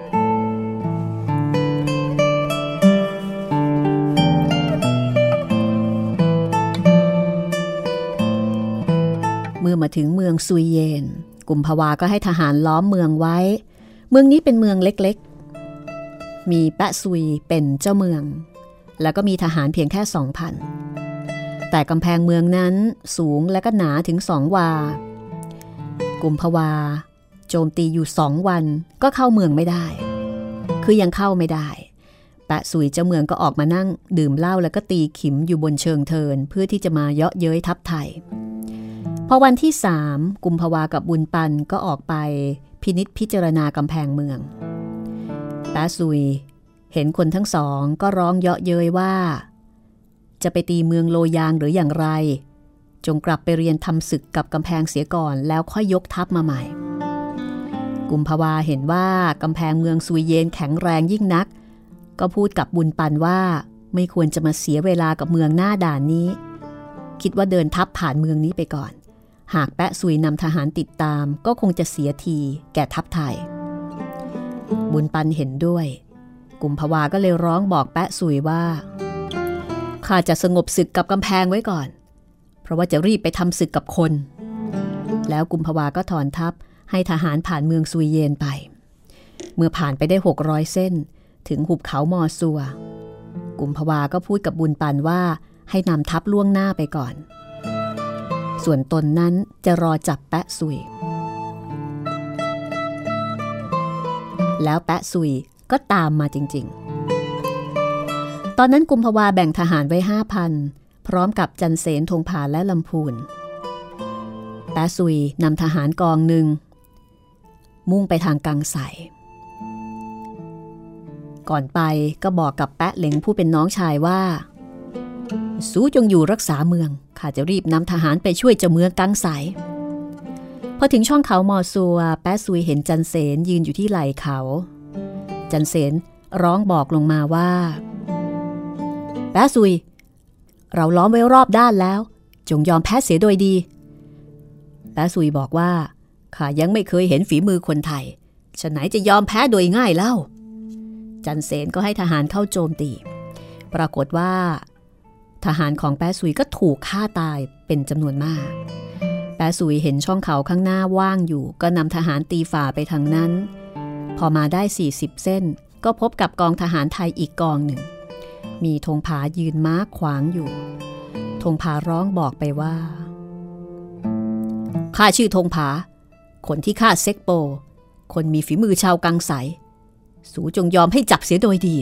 เมื่อมาถึงเมืองซุยเยนกุมภาวาก็ให้ทหารล้อมเมืองไว้เมืองนี้เป็นเมืองเล็กๆมีแปะซุยเป็นเจ้าเมืองแล้วก็มีทหารเพียงแค่ 2,000 แต่กำแพงเมืองนั้นสูงและก็หนาถึง2 วากุมภาวาโจมตีอยู่2 วันก็เข้าเมืองไม่ได้คือยังเข้าไม่ได้แปะซุยเจ้าเมืองก็ออกมานั่งดื่มเหล้าแล้วก็ตีขิมอยู่บนเชิงเทินเพื่อที่จะมาเยาะเย้ยทัพไทยพอวันที่3กุมภาวากับบุญปันก็ออกไปพินิจพิจารณากำแพงเมืองแปะซุยเห็นคนทั้งสองก็ร้องเยาะเย้ยว่าจะไปตีเมืองโลยางหรืออย่างไรจงกลับไปเรียนทำศึกกับกำแพงเสียก่อนแล้วค่อยยกทัพมาใหม่กุมภาวาเห็นว่ากำแพงเมืองซุยเยนแข็งแรงยิ่งนักก็พูดกับบุญปันว่าไม่ควรจะมาเสียเวลากับเมืองหน้าด่านนี้คิดว่าเดินทัพผ่านเมืองนี้ไปก่อนหากแปะซุยนำทหารติดตามก็คงจะเสียทีแก่ทัพไทยบุญปันเห็นด้วยกุมภาวาก็เลยร้องบอกแปะซุยว่าข้าจะสงบศึกกับกำแพงไว้ก่อนเพราะว่าจะรีบไปทำศึกกับคนแล้วกุมภาวาก็ถอนทัพให้ทหารผ่านเมืองซุยเยนไปเมื่อผ่านไปได้600 เส้นถึงหุบเขามอซัวกุมภาวาก็พูดกับบุญปันว่าให้นำทัพล่วงหน้าไปก่อนส่วนตนนั้นจะรอจับแปะซุยแล้วแปะซุยก็ตามมาจริงๆตอนนั้นกุมภาวาแบ่งทหารไว้ 5,000 พร้อมกับจันเสนธงผาและลำพูนแปะซุยนำทหารกองหนึ่งมุ่งไปทางกังไสก่อนไปก็บอกกับแปะเหล็งผู้เป็นน้องชายว่าสูจงอยู่รักษาเมืองข้าจะรีบนำทหารไปช่วยเจ้าเมืองกังไสพอถึงช่องเขามอซัวแป๊ะซุยเห็นจันเสนยืนอยู่ที่ไหล่เขาจันเสนร้องบอกลงมาว่าแป๊ะซุยเราล้อมไว้รอบด้านแล้วจงยอมแพ้เสียโดยดีแป๊ะซุยบอกว่าข้ายังไม่เคยเห็นฝีมือคนไทยฉะไหนจะยอมแพ้โดยง่ายเล่าจันเสนก็ให้ทหารเข้าโจมตีปรากฏว่าทหารของแป๊ะซุยก็ถูกฆ่าตายเป็นจำนวนมากแป๊ะซุยเห็นช่องเขาข้างหน้าว่างอยู่ก็นำทหารตีฝ่าไปทางนั้นพอมาได้40เส้นก็พบกับกองทหารไทยอีกกองหนึ่งมีธงผายืนม้าขวางอยู่ธงผาร้องบอกไปว่าข้าชื่อธงผาคนที่ฆ่าเซ็กโปคนมีฝีมือชาวกังไสสูจงยอมให้จับเสียโดยดี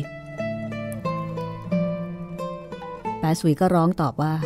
แป๊ะซุยก็ร้องตอบว่า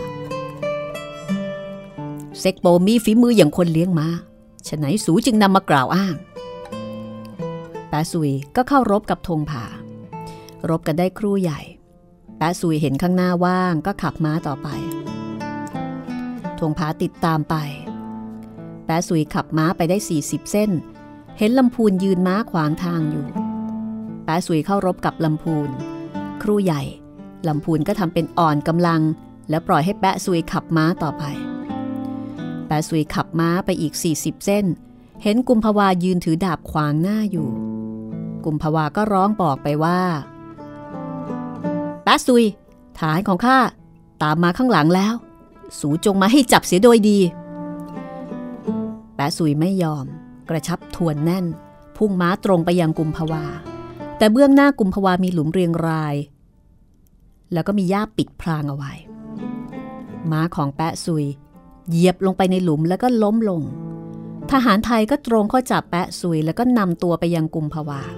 เซ็กโปมีฝีมืออย่างคนเลี้ยงม้าฉะไหนสูจึงนำมากล่าวอ้างแป๊ะซุยก็เข้ารบกับธงผารบกันได้ครู่ใหญ่แป๊ะซุยเห็นข้างหน้าว่างก็ขับม้าต่อไปธงผาติดตามไปแป๊ะซุยขับม้าไปได้40เส้นเห็นลำพูนยืนม้าขวางทางอยู่แป๊ะซุยเข้ารบกับลำพูนครู่ใหญ่ลำพูนก็ทำเป็นอ่อนกำลังแล้วปล่อยให้แป๊ะซุยขับม้าต่อไปแป๊ะซุยขับม้าไปอีก40เส้นเห็นกุมภาวายืนถือดาบขวางหน้าอยู่กุมภาวาก็ร้องบอกไปว่าแป๊ะซุยทหารของข้าตามมาข้างหลังแล้วสูจงมาให้จับเสียโดยดีแป๊ะซุยไม่ยอมกระชับทวนแน่นพุ่งม้าตรงไปยังกุมภาวาแต่เบื้องหน้ากุมภาวามีหลุมเรียงรายแล้วก็มีหญ้าปิดพรางเอาไว้ม้าของแป๊ะซุยเหยียบลงไปในหลุมแล้วก็ล้มลงทหารไทยก็ตรงเข้าจับแป๊ะซุยแล้วก็นำตัวไปยังกุมภาวา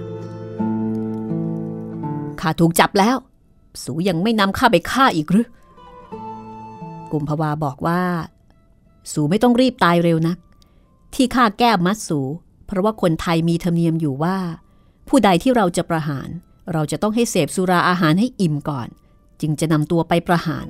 ข้าถูกจับแล้วสูยังไม่นำข้าไปฆ่าอีกหรือกุมภาวาบอกว่าสูไม่ต้องรีบตายเร็วนักที่ข้าแก้มัดสูเพราะว่าคนไทยมีธรรมเนียมอยู่ว่าผู้ใดที่เราจะประหารเราจะต้องให้เสพสุราอาหารให้อิ่มก่อนจึงจะนำตัวไปประหาร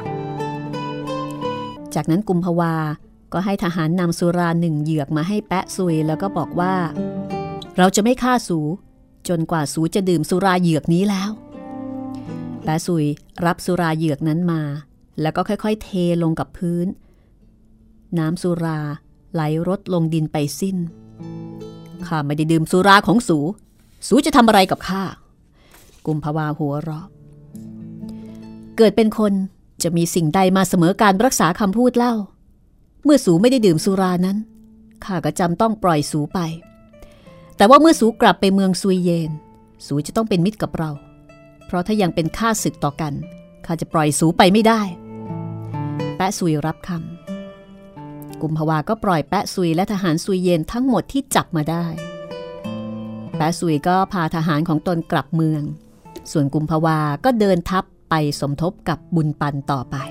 จากนั้นกุมภาวาก็ให้ทหารนำสุรา1เหยือกมาให้แป๊ะซุยแล้วก็บอกว่าเราจะไม่ฆ่าสูจนกว่าสูจะดื่มสุราเหยือกนี้แล้วแป๊ะซุยรับสุราเหยือกนั้นมาแล้วก็ค่อยๆเทลงกับพื้นน้ำสุราไหลรดลงดินไปสิ้นข้าไม่ได้ดื่มสุราของสูจะทำอะไรกับข้ากุมภาวาหัวเราะเกิดเป็นคนจะมีสิ่งใดมาเสมอการรักษาคำพูดเล่าเมื่อสูไม่ได้ดื่มสุรานั้นข้าก็จำต้องปล่อยสูไปแต่ว่าเมื่อสูกลับไปเมืองซุยเยนสูจะต้องเป็นมิตรกับเราเพราะถ้ายังเป็นข้าศึกต่อกันข้าจะปล่อยสูไปไม่ได้แป๊ะซุยรับคำกุมภาวาก็ปล่อยแป๊ะซุยและทหารซุยเยนทั้งหมดที่จับมาได้แป๊ะซุยก็พาทหารของตนกลับเมืองส่วนกุมภาวาก็เดินทัพไปสมทบกับบุญปันต่อไป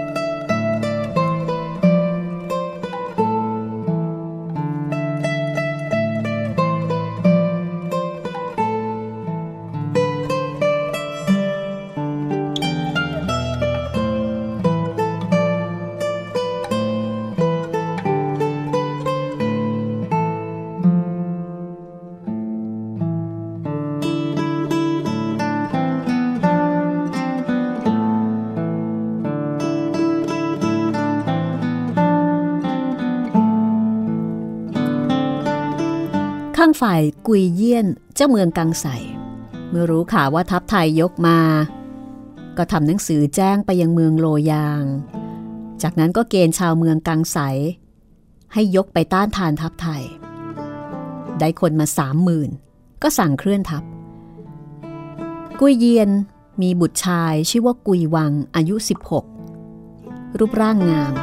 ข้างฝ่ายกุยเยี่ยนเจ้าเมืองกังไสเมื่อรู้ข่าวว่าทัพไทยยกมาก็ทำหนังสือแจ้งไปยังเมืองโลยางจากนั้นก็เกณฑ์ชาวเมืองกังไสให้ยกไปต้านทานทัพไทยได้คนมา 30,000 ก็สั่งเคลื่อนทัพกุยเยียนมีบุตรชายชื่อว่ากุยวังอายุ16รูปร่างงาม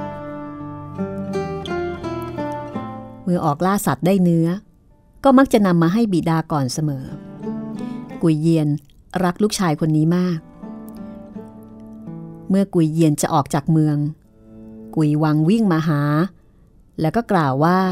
เมื่อออกล่าสัตว์ได้เนื้อก็มักจะนำมาให้บิดาก่อนเสมอกุยเยียนรักลูกชายคนนี้มากเมื่อกุยเยียนจะออกจากเมืองกุยวังวิ่งมาหาแล้วก็กล่าวว่า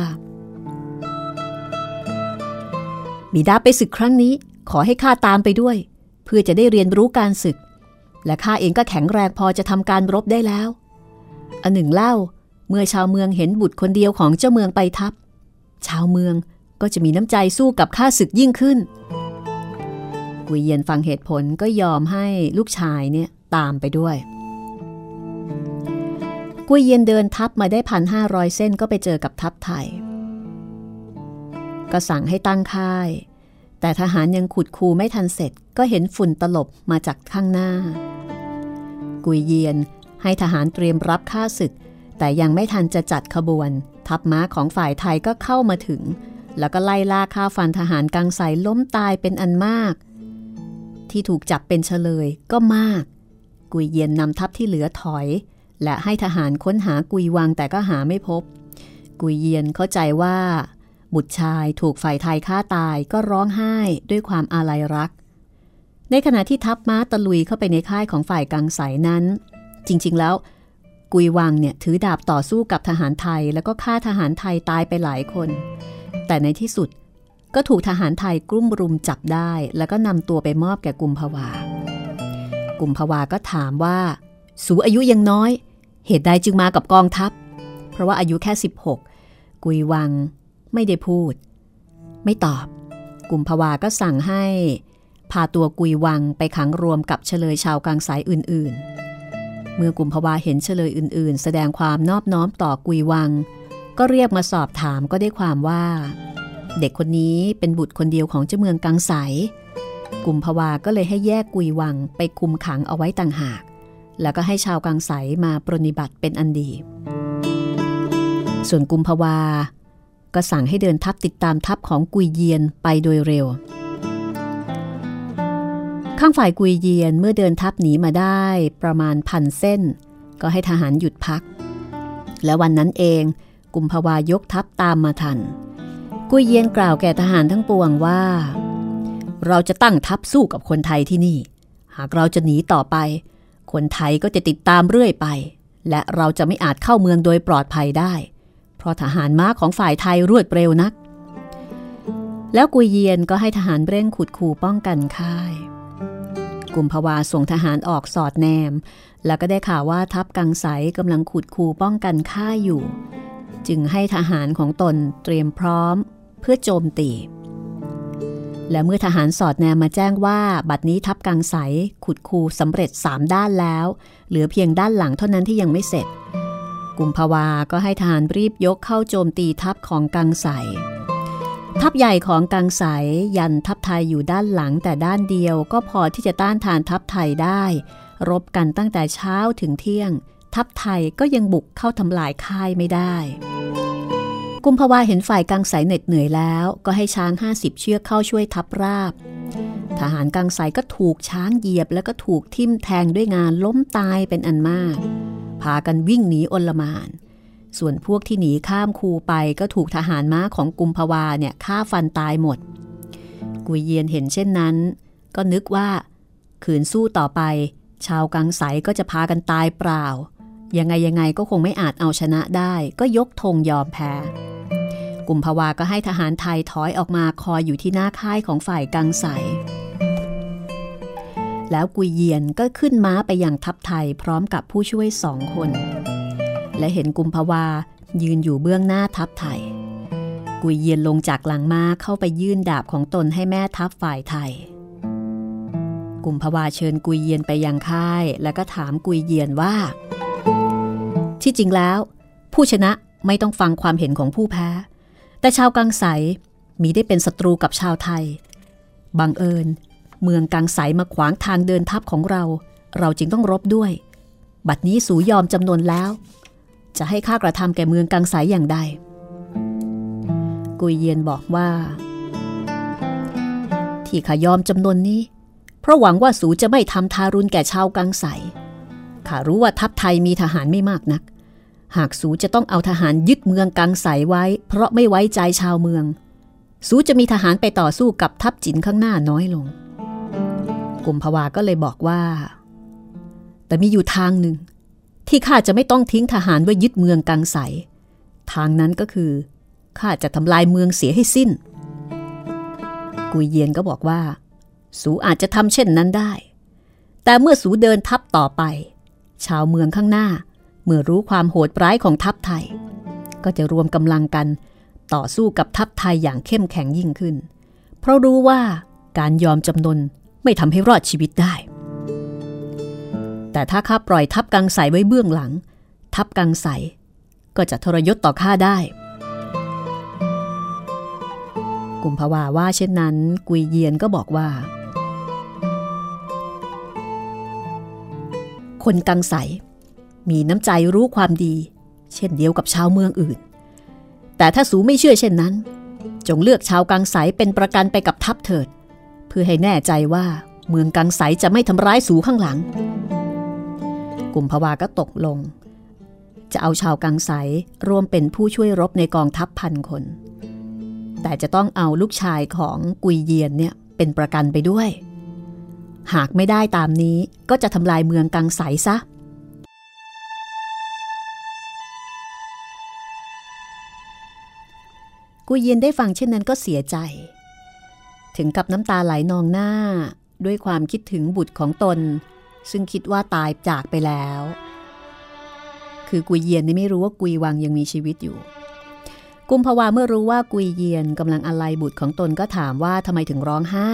บิดาไปศึกครั้งนี้ขอให้ข้าตามไปด้วยเพื่อจะได้เรียนรู้การศึกและข้าเองก็แข็งแรงพอจะทำการรบได้แล้วอันหนึ่งเล่าเมื่อชาวเมืองเห็นบุตรคนเดียวของเจ้าเมืองไปทัพชาวเมืองก็จะมีน้ำใจสู้กับข้าศึกยิ่งขึ้นกุยเยียนฟังเหตุผลก็ยอมให้ลูกชายเนี่ยตามไปด้วยกุยเยียนเดินทัพมาได้ 1,500 เส้นก็ไปเจอกับทัพไทยก็สั่งให้ตั้งค่ายแต่ทหารยังขุดคูไม่ทันเสร็จก็เห็นฝุ่นตลบมาจากข้างหน้ากุยเยียนให้ทหารเตรียมรับข้าศึกแต่ยังไม่ทันจะจัดขบวนทัพม้าของฝ่ายไทยก็เข้ามาถึงแล้วก็ไล่ล่าฆ่าฟันทหารกังไสล้มตายเป็นอันมากที่ถูกจับเป็นเฉลยก็มากกุยเยียนนำทัพที่เหลือถอยและให้ทหารค้นหากุยวังแต่ก็หาไม่พบกุยเยียนเข้าใจว่าบุตรชายถูกฝ่ายไทยฆ่าตายก็ร้องไห้ด้วยความอาลัยรักในขณะที่ทัพม้าตะลุยเข้าไปในค่ายของฝ่ายกังไสนั้นจริงๆแล้วกุยวังเนี่ยถือดาบต่อสู้กับทหารไทยแล้วก็ฆ่าทหารไทยตายไปหลายคนแต่ในที่สุดก็ถูกทหารไทยกลุ่มรุมจับได้แล้วก็นำตัวไปมอบแก่กุมภาวากุมภาวาก็ถามว่าสูอายุยังน้อยเหตุใดจึงมากับกองทัพเพราะว่าอายุแค่16กุยวังไม่ได้พูดไม่ตอบกุมภาวาก็สั่งให้พาตัวกุยวังไปขังรวมกับเฉลยชาวกังไสอื่นๆเมื่อกุมภาวาเห็นเฉลยอื่นๆแสดงความนอบน้อมต่อกุยวังก็เรียกมาสอบถามก็ได้ความว่าเด็กคนนี้เป็นบุตรคนเดียวของเจ้าเมืองกังไสกุมภาวาก็เลยให้แยกกุยวังไปคุมขังเอาไว้ต่างหากแล้วก็ให้ชาวกังไสมาปรนนิบัติเป็นอันดีส่วนกุมภาวาก็สั่งให้เดินทัพติดตามทัพของกุยเยียนไปโดยเร็วข้างฝ่ายกุยเยียนเมื่อเดินทัพหนีมาได้ประมาณ1,000 เส้นก็ให้ทหารหยุดพักและวันนั้นเองกุมภาวายกทัพตามมาทันกุยเยียนกล่าวแก่ทหารทั้งปวงว่าเราจะตั้งทัพสู้กับคนไทยที่นี่หากเราจะหนีต่อไปคนไทยก็จะติดตามเรื่อยไปและเราจะไม่อาจเข้าเมืองโดยปลอดภัยได้เพราะทหารม้าของฝ่ายไทยรวดเร็วนักแล้วกุยเยียนก็ให้ทหารเร่งขุดคูป้องกันค่ายกุมภาวาส่งทหารออกสอดแนมแล้วก็ได้ข่าวว่าทัพกังไสกำลังขุดคูป้องกันค่ายอยู่จึงให้ทหารของตนเตรียมพร้อมเพื่อโจมตีและเมื่อทหารสอดแนมมาแจ้งว่าบัดนี้ทัพกังไสขุดคูสำเร็จ3ด้านแล้วเหลือเพียงด้านหลังเท่านั้นที่ยังไม่เสร็จกุมภาวาก็ให้ทหารรีบยกเข้าโจมตีทัพของกังไสทัพใหญ่ของกังไสยันทัพไทยอยู่ด้านหลังแต่ด้านเดียวก็พอที่จะต้านทานทัพไทยได้รบกันตั้งแต่เช้าถึงเที่ยงทัพไทยก็ยังบุกเข้าทำลายค่ายไม่ได้กุมภาวาเห็นฝ่ายกังไสเหน็ดเหนื่อยแล้วก็ให้ช้าง50 เชือกเข้าช่วยทัพราบทหารกังไสก็ถูกช้างเหยียบแล้วก็ถูกทิ่มแทงด้วยงาล้มตายเป็นอันมากพากันวิ่งหนีอลหม่านส่วนพวกที่หนีข้ามคูไปก็ถูกทหารม้าของกุมภาวาเนี่ยฆ่าฟันตายหมดกุยเยียนเห็นเช่นนั้นก็นึกว่าขืนสู้ต่อไปชาวกังไสก็จะพากันตายเปล่ายังไงก็คงไม่อาจเอาชนะได้ก็ยกธงยอมแพ้กุมภาวาก็ให้ทหารไทยถอยออกมาคอยอยู่ที่หน้าค่ายของฝ่ายกังไสแล้วกุยเยียนก็ขึ้นม้าไปยังทัพไทยพร้อมกับผู้ช่วย2 คนและเห็นกุมภาวายืนอยู่เบื้องหน้าทัพไทยกุยเยียนลงจากหลังม้าเข้าไปยื่นดาบของตนให้แม่ทัพฝ่ายไทยกุมภาวาเชิญกุยเยียนไปยังค่ายแล้วก็ถามกุยเยียนว่าที่จริงแล้วผู้ชนะไม่ต้องฟังความเห็นของผู้แพ้แต่ชาวกังไสมีได้เป็นศัตรูกับชาวไทยบังเอิญเมืองกังไสมาขวางทางเดินทัพของเราจึงต้องรบด้วยบัดนี้สูยอมจำนนแล้วจะให้ข้ากระทำแก่เมืองกังไสอย่างใดกุยเยียนบอกว่าที่ข้ายอมจำนนนี้เพราะหวังว่าสูจะไม่ทำทารุณแก่ชาวกังไสข้ารู้ว่าทัพไทยมีทหารไม่มากนักหากสูจะต้องเอาทหารยึดเมืองกังไสไว้เพราะไม่ไว้ใจชาวเมืองสูจะมีทหารไปต่อสู้กับทัพจินข้างหน้าน้อยลงกุมภาวาก็เลยบอกว่าแต่มีอยู่ทางหนึ่งที่ข้าจะไม่ต้องทิ้งทหารไว้ยึดเมืองกังไสทางนั้นก็คือข้าจะทำลายเมืองเสียให้สิ้นกุยเยียนก็บอกว่าสูอาจจะทำเช่นนั้นได้แต่เมื่อสูเดินทัพต่อไปชาวเมืองข้างหน้าเมื่อรู้ความโหดร้ายของทัพไทยก็จะรวมกำลังกันต่อสู้กับทัพไทยอย่างเข้มแข็งยิ่งขึ้นเพราะรู้ว่าการยอมจำนนไม่ทำให้รอดชีวิตได้แต่ถ้าข้าปล่อยทัพกังสายไว้เบื้องหลังทัพกังสายก็จะทรยศต่อข้าได้กุมภาวาว่าเช่นนั้นกุยเยียนก็บอกว่าคนกังสายมีน้ำใจรู้ความดีเช่นเดียวกับชาวเมืองอื่นแต่ถ้าสูไม่เชื่อเช่นนั้นจงเลือกชาวกังสายเป็นประกันไปกับทัพเถิดเพื่อให้แน่ใจว่าเมืองกังสายจะไม่ทำร้ายสูข้างหลังกุมภาวาก็ตกลงจะเอาชาวกังสายร่วมเป็นผู้ช่วยรบในกองทัพ1,000 คนแต่จะต้องเอาลูกชายของกุยเยียนเนี่ยเป็นประกันไปด้วยหากไม่ได้ตามนี้ก็จะทำลายเมืองกังสายซะกุยเยียนได้ฟังเช่นนั้นก็เสียใจถึงกับน้ำตาไหลนองหน้าด้วยความคิดถึงบุตรของตนซึ่งคิดว่าตายจากไปแล้วคือกุยเยียนนี่ไม่รู้ว่ากุยวังยังมีชีวิตอยู่กุมภาวาเมื่อรู้ว่ากุยเยียนกำลังอาลัยบุตรของตนก็ถามว่าทำไมถึงร้องไห้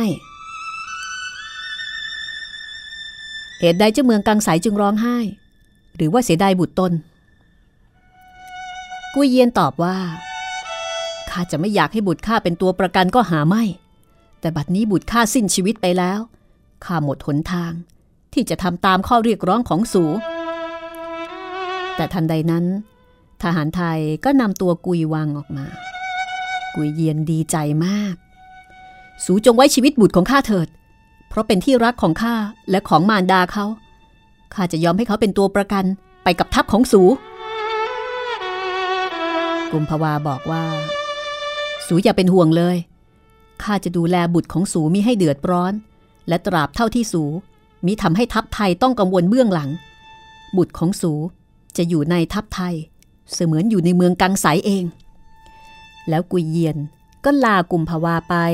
เหตุใดเจ้าเมืองกังสายจึงร้องไห้หรือว่าเสียดายบุตรตนกุยเยียนตอบว่าข้าจะไม่อยากให้บุตรข้าเป็นตัวประกันก็หาไม่แต่บัดนี้บุตรข้าสิ้นชีวิตไปแล้วข้าหมดหนทางที่จะทำตามข้อเรียกร้องของสูแต่ทันใดนั้นทหารไทยก็นำตัวกุยวังออกมากุยเยียนดีใจมากสูจงไว้ชีวิตบุตรของข้าเถิดเพราะเป็นที่รักของข้าและของมารดาเขาข้าจะยอมให้เขาเป็นตัวประกันไปกับทัพของสูกุมภาวาบอกว่าสูอย่าเป็นห่วงเลยข้าจะดูแลบุตรของสูมิให้เดือดร้อนและตราบเท่าที่สูมิทำให้ทัพไทยต้องกังวลเบื้องหลังบุตรของสูจะอยู่ในทัพไทยเสมือนอยู่ในเมืองกังสายเองแล้วกุยเยียนก็ลากุมภาวาไป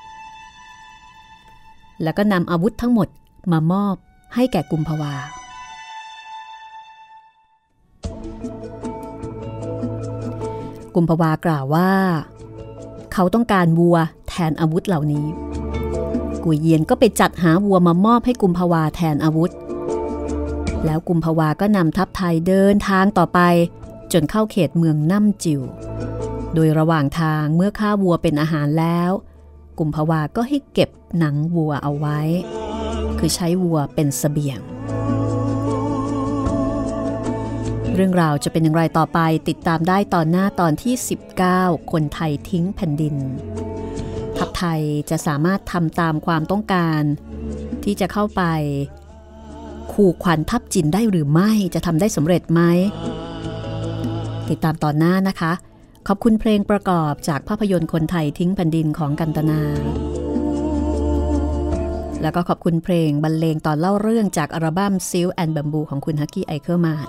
แล้วก็นำอาวุธทั้งหมดมามอบให้แก่กุมภาวากุมภาวากล่าวว่าเขาต้องการวัวแทนอาวุธเหล่านี้กุยเยียนก็ไปจัดหาวัวมามอบให้กุมภาวาแทนอาวุธแล้วกุมภาวาก็นำทัพไทยเดินทางต่อไปจนเข้าเขตเมืองน่ำจิ๋วโดยระหว่างทางเมื่อฆ่าวัวเป็นอาหารแล้วกุมภาวาก็ให้เก็บหนังวัวเอาไว้คือใช้วัวเป็นเสบียงเรื่องราวจะเป็นอย่างไรต่อไปติดตามได้ตอนหน้าตอนที่19คนไทยทิ้งแผ่นดินทัพไทยจะสามารถทำตามความต้องการที่จะเข้าไปขู่ขวัญทัพจีนได้หรือไม่จะทำได้สำเร็จไหมติดตามตอนหน้านะคะขอบคุณเพลงประกอบจากภาพยนตร์คนไทยทิ้งแผ่นดินของกันตนาแล้วก็ขอบคุณเพลงบรรเลงตอนเล่าเรื่องจากอัลบั้ม Silk and Bamboo ของคุณฮักกี้ไอเคอร์แมน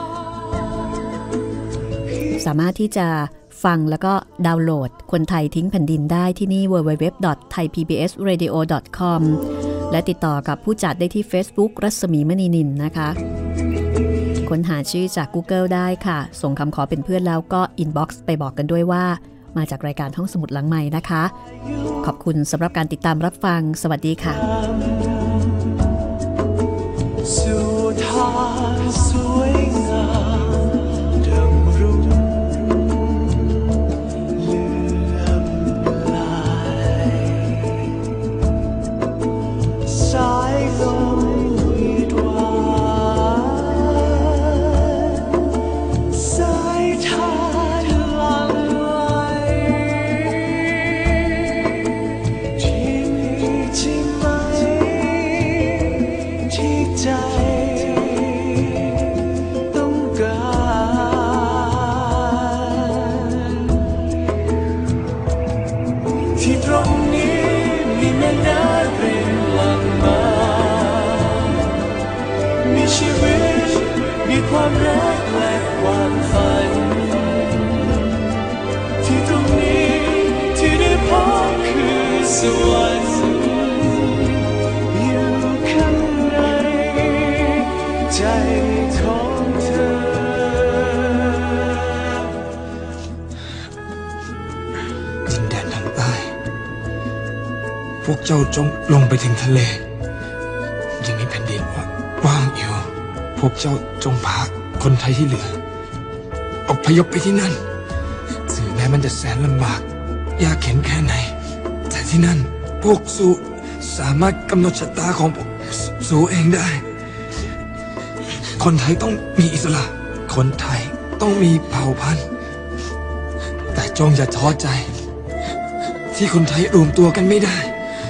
สามารถที่จะฟังแล้วก็ดาวน์โหลดคนไทยทิ้งแผ่นดินได้ที่นี่ www.thaipbsradio.com และติดต่อกับผู้จัดได้ที่ Facebook รัศมีมณีนินนะคะค้นหาชื่อจาก Google ได้ค่ะส่งคำขอเป็นเพื่อนแล้วก็ inbox ไปบอกกันด้วยว่ามาจากรายการห้องสมุดหลังใหม่นะคะขอบคุณสำหรับการติดตามรับฟังสวัสดีค่ะสู่ทางสวยงามดังรุ่งเลื่อมลายสายลมวีดวานสายทานหลั่งไหลที่มีใช่ไหมที่ใจต้องการที่ตรงนี้มีแม่น้ำรินหลั่งมามีชีวิตมีความรักและความฝันที่ตรงนี้ที่ได้พบคือสวรรค์อยู่ข้างในพวกเจ้าจงลงไปถึงทะเลยังมีแผ่นดินว่างอยู่พวกเจ้าจงพาคนไทยที่เหลืออพยพไปที่นั่นถึงแม้มันจะแสนลำบากยากเข็นแค่ไหนแต่ที่นั่นพวกสูสามารถกำหนดชะตาของพวกสูเองได้คนไทยต้องมีอิสระคนไทยต้องมีเผ่าพันธุ์แต่จงอย่าท้อใจที่คนไทยรวมตัวกันไม่ได้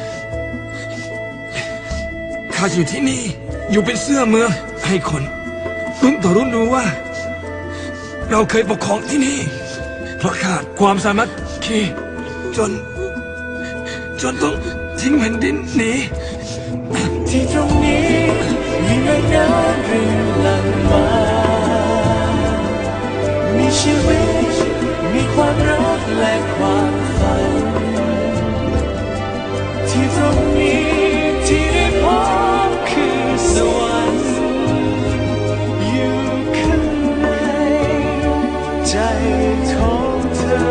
ข้าอยู่ที่นี่อยู่เป็นเสื้อเมืองให้คนรุ่นต่อรุ่นรู้ว่าเราเคยปกครองที่นี่เพราะขาดความสามัคคีจนต้องทิ้งแผ่นดินหนีที่ตรงนี้มีแม่น้ำรินหลั่งมามีชีวิตมีความรักและความฝันที่ตรงนี้ที่ได้พบคือสวรรค์อยู่ข้างในใจของเธอ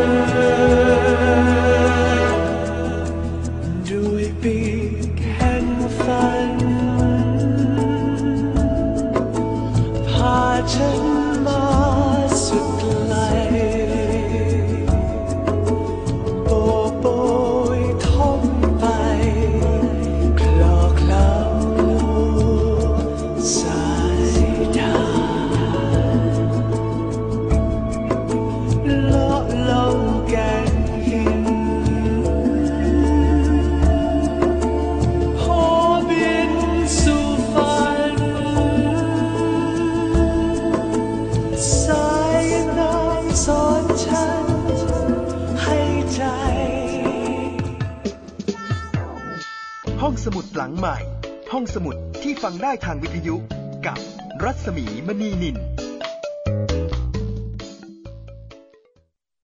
ด้วยปีกแห่งฝันพาฉันมาสุดไกลโบกโบยท่องไปคลอเคล้าสายทางเลาะลงแก่นหินพอบินสู่ฝันสายน้ำสอนฉันให้ใจห้องสมุดหลังใหม่ห้องสมุดที่ฟังได้ทางวิทยุกับรัศมีมณีนิน